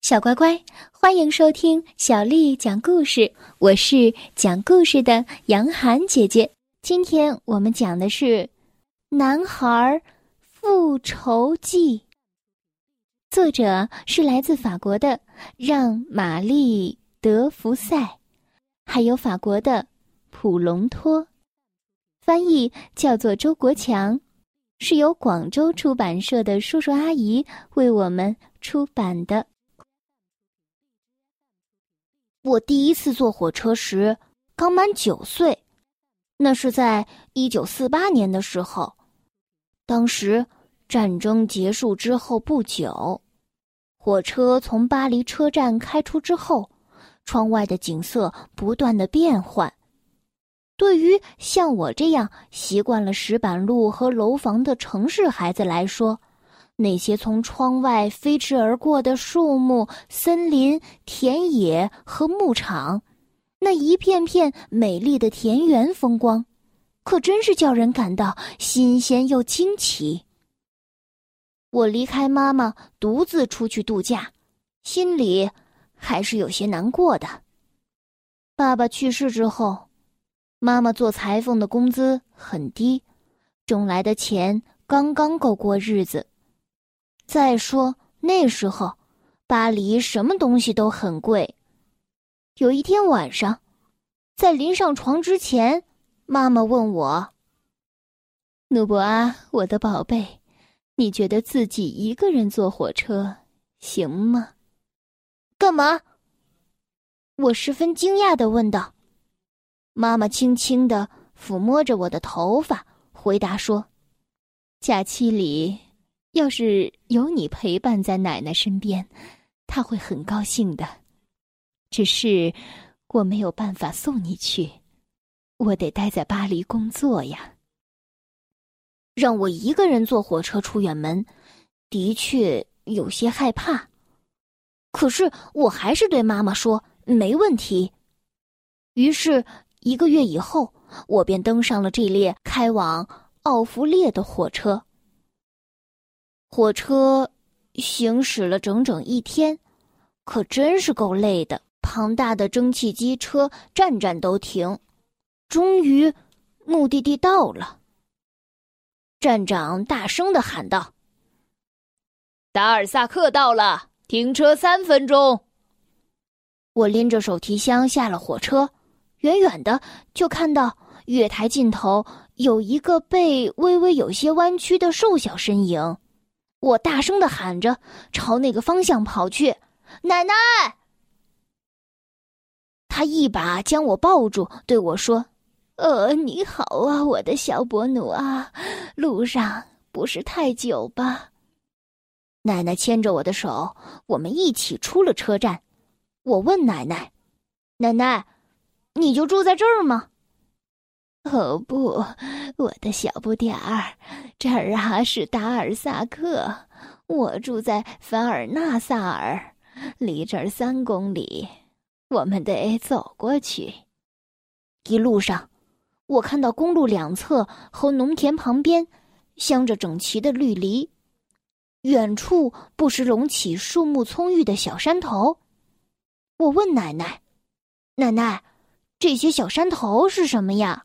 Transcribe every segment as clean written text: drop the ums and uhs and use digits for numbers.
小乖乖，欢迎收听小丽讲故事，我是讲故事的杨涵姐姐。今天我们讲的是《男孩复仇记》，作者是来自法国的让·玛丽·德福塞，还有法国的普隆托，翻译叫做周国强，是由广州出版社的叔叔阿姨为我们出版的。 我第一次坐火车时刚满9岁，那是在1948年的时候。当时战争结束之后不久，火车从巴黎车站开出之后，窗外的景色不断的变换。对于像我这样习惯了石板路和楼房的城市孩子来说，那些从窗外飞驰而过的树木、森林、田野和牧场，那一片片美丽的田园风光，可真是叫人感到新鲜又惊奇。我离开妈妈独自出去度假，心里还是有些难过的。爸爸去世之后，妈妈做裁缝的工资很低，挣来的钱刚刚够过日子。再说那时候巴黎什么东西都很贵。有一天晚上，在临上床之前，妈妈问我： 努博啊，我的宝贝，你觉得自己一个人坐火车行吗？ 干嘛？我十分惊讶地问道。妈妈轻轻地抚摸着我的头发，回答说： 假期里要是有你陪伴在奶奶身边，她会很高兴的。只是我没有办法送你去，我得待在巴黎工作呀。 让我一个人坐火车出远门，的确有些害怕。可是我还是对妈妈说没问题。于是1个月以后，我便登上了这列开往奥弗列的火车。火车行驶了整整1天，可真是够累的。庞大的蒸汽机车站站都停。终于，目的地到了。站长大声地喊道：达尔萨克到了，停车3分钟。我拎着手提箱下了火车，远远的就看到月台尽头有一个背微微有些弯曲的瘦小身影。我大声地喊着，朝那个方向跑去。奶奶！他一把将我抱住，对我说：你好啊，我的小伯努啊，路上不是太久吧？奶奶牵着我的手，我们一起出了车站。我问奶奶：奶奶，你就住在这儿吗？哦不，我的小不点儿，这儿啊是达尔萨克，我住在凡尔纳萨尔，离这儿3公里，我们得走过去。一路上，我看到公路两侧和农田旁边镶着整齐的绿篱，远处不时隆起树木葱郁的小山头。我问奶奶：奶奶，这些小山头是什么呀？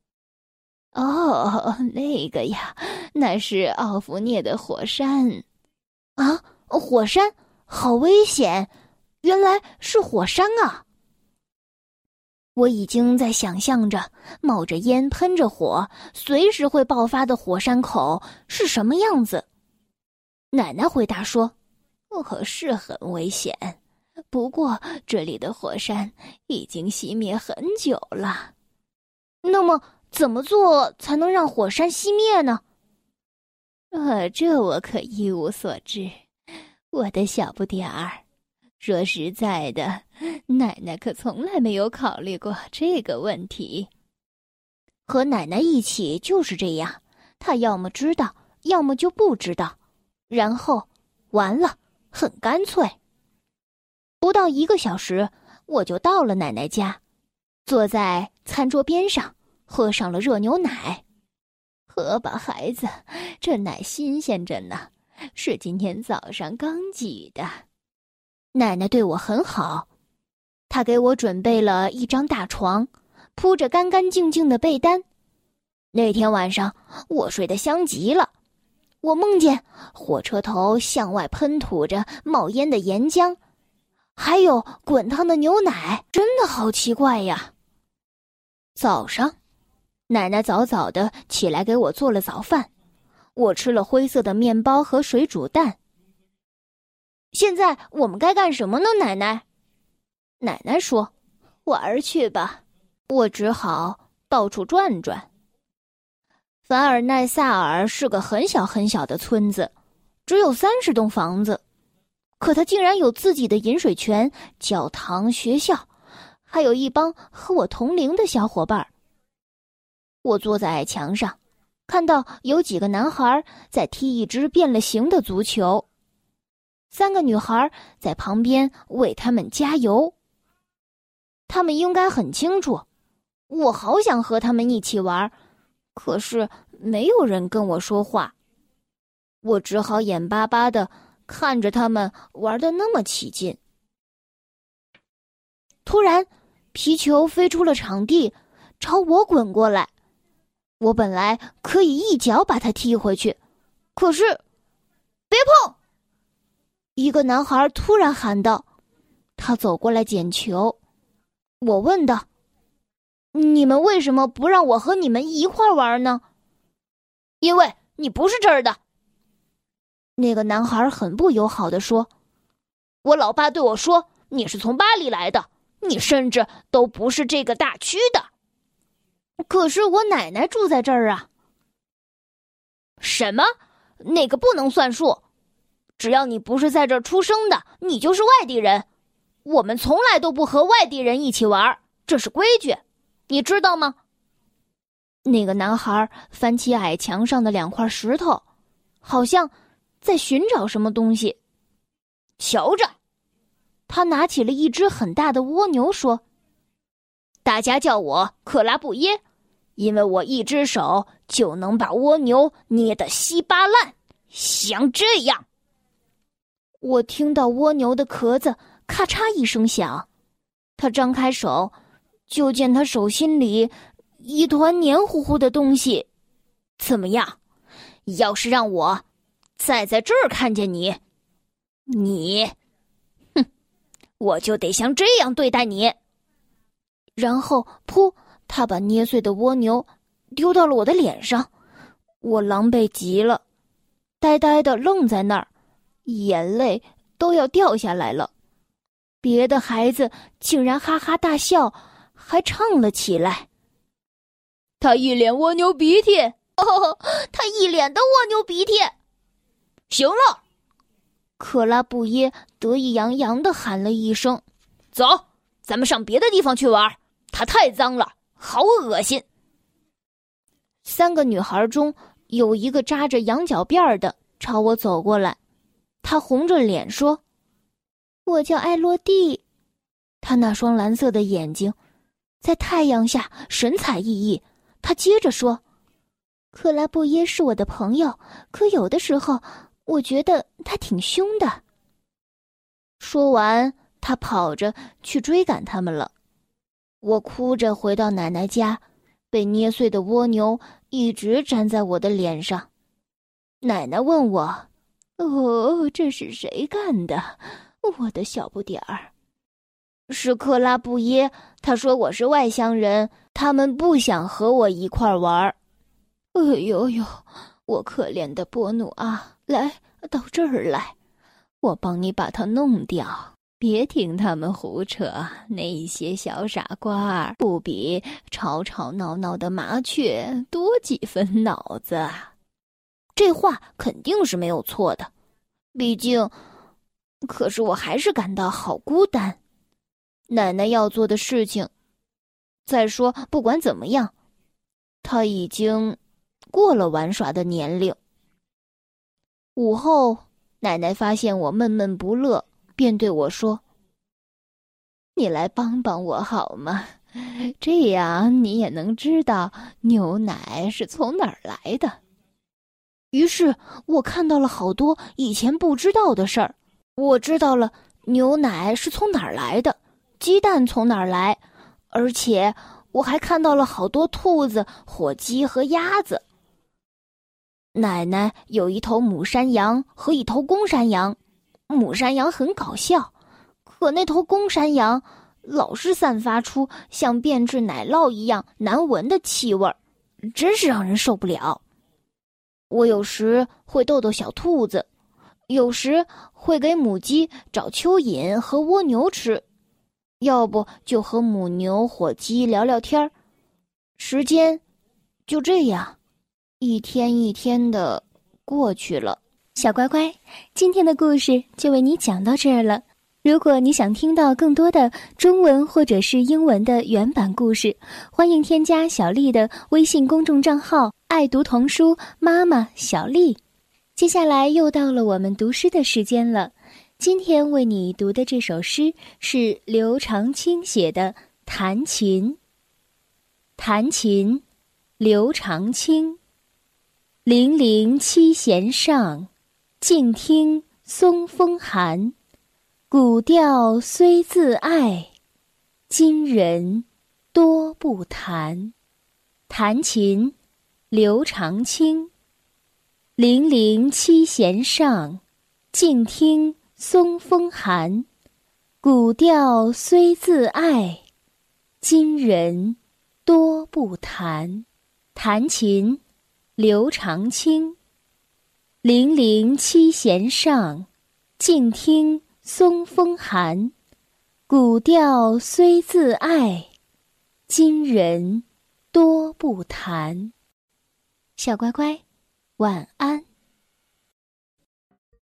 哦，那个呀，那是奥弗涅的火山。啊，火山？好危险！原来是火山啊！我已经在想象着冒着烟、喷着火，随时会爆发的火山口是什么样子。奶奶回答说：是很危险，不过这里的火山已经熄灭很久了。那么怎么做才能让火山熄灭呢？ 这我可一无所知，我的小不点儿。说实在的，奶奶可从来没有考虑过这个问题。 和奶奶一起就是这样，她要么知道，要么就不知道，然后完了，很干脆。不到1个小时，我就到了奶奶家，坐在餐桌边上，喝上了热牛奶。 喝吧，孩子，这奶新鲜着呢，是今天早上刚挤的。 奶奶对我很好，她给我准备了一张大床，铺着干干净净的被单。那天晚上我睡得香极了，我梦见火车头向外喷吐着冒烟的岩浆，还有滚烫的牛奶，真的好奇怪呀。早上，奶奶早早的起来给我做了早饭，我吃了灰色的面包和水煮蛋。现在我们该干什么呢，奶奶？奶奶说，玩去吧。我只好到处转转。凡尔奈萨尔是个很小很小的村子，只有30栋房子，可它竟然有自己的饮水泉、教堂、学校，还有一帮和我同龄的小伙伴。我坐在矮墙上，看到有几个男孩在踢一支变了形的足球，3个女孩在旁边为他们加油。他们应该很清楚，我好想和他们一起玩，可是没有人跟我说话。我只好眼巴巴地看着他们玩得那么起劲。突然，皮球飞出了场地，朝我滚过来。我本来可以一脚把它踢回去，可是别碰！一个男孩突然喊道。他走过来捡球。我问道，你们为什么不让我和你们一块玩呢？因为你不是这儿的。那个男孩很不友好地说，我老爸对我说，你是从巴黎来的，你甚至都不是这个大区的。可是我奶奶住在这儿啊。什么？那个不能算数。只要你不是在这儿出生的，你就是外地人。我们从来都不和外地人一起玩，这是规矩，你知道吗？那个男孩翻起矮墙上的2块石头，好像在寻找什么东西。瞧着，他拿起了一只很大的蜗牛，说，大家叫我克拉布耶，因为我一只手就能把蜗牛捏得稀巴烂，像这样。我听到蜗牛的壳子咔嚓一声响，他张开手，就见他手心里一团黏糊糊的东西。怎么样？要是让我再在这儿看见你，我就得像这样对待你。然后噗，他把捏碎的蜗牛丢到了我的脸上。我狼狈极了，呆呆地愣在那儿，眼泪都要掉下来了。别的孩子竟然哈哈大笑，还唱了起来。他一脸蜗牛鼻涕，他一脸的蜗牛鼻涕。行了，克拉布耶得意洋洋地喊了一声，走，咱们上别的地方去玩，它太脏了，好恶心。3个女孩中有一个扎着羊角辫的朝我走过来，她红着脸说，我叫艾洛蒂。她那双蓝色的眼睛在太阳下神采奕奕。她接着说，克拉布耶是我的朋友，可有的时候我觉得他挺凶的。说完，他跑着去追赶他们了。我哭着回到奶奶家，被捏碎的蜗牛一直粘在我的脸上。奶奶问我，这是谁干的？我的小不点儿。是克拉布耶，他说我是外乡人，他们不想和我一块玩。哎呦呦，我可怜的波努啊，来到这儿来，我帮你把它弄掉。别听他们胡扯，那些小傻瓜不比吵吵闹闹的麻雀多几分脑子。这话肯定是没有错的，毕竟，可是我还是感到好孤单。奶奶要做的事情，再说不管怎么样，她已经过了玩耍的年龄。午后，奶奶发现我闷闷不乐，便对我说，你来帮帮我好吗？这样你也能知道牛奶是从哪儿来的。于是我看到了好多以前不知道的事儿。我知道了牛奶是从哪儿来的，鸡蛋从哪儿来，而且我还看到了好多兔子、火鸡和鸭子。奶奶有一头母山羊和一头公山羊，母山羊很搞笑，可那头公山羊老是散发出像变质奶酪一样难闻的气味，真是让人受不了。我有时会逗逗小兔子，有时会给母鸡找蚯蚓和蜗牛吃，要不就和母牛、火鸡聊聊天儿。时间就这样一天一天的过去了。 小乖乖，今天的故事就为你讲到这儿了。如果你想听到更多的中文或者是英文的原版故事，欢迎添加小丽的微信公众账号爱读童书妈妈小丽。接下来又到了我们读诗的时间了。今天为你读的这首诗是刘长卿写的《弹琴》。弹琴，刘长卿。零零七弦上，静听松风寒。古调虽自爱，今人多不弹。弹琴，刘长卿。零零七弦上，静听松风寒。古调虽自爱，今人多不弹。弹琴，刘长卿。零零七弦上，静听松风寒。古调虽自爱，今人多不弹。小乖乖，晚安。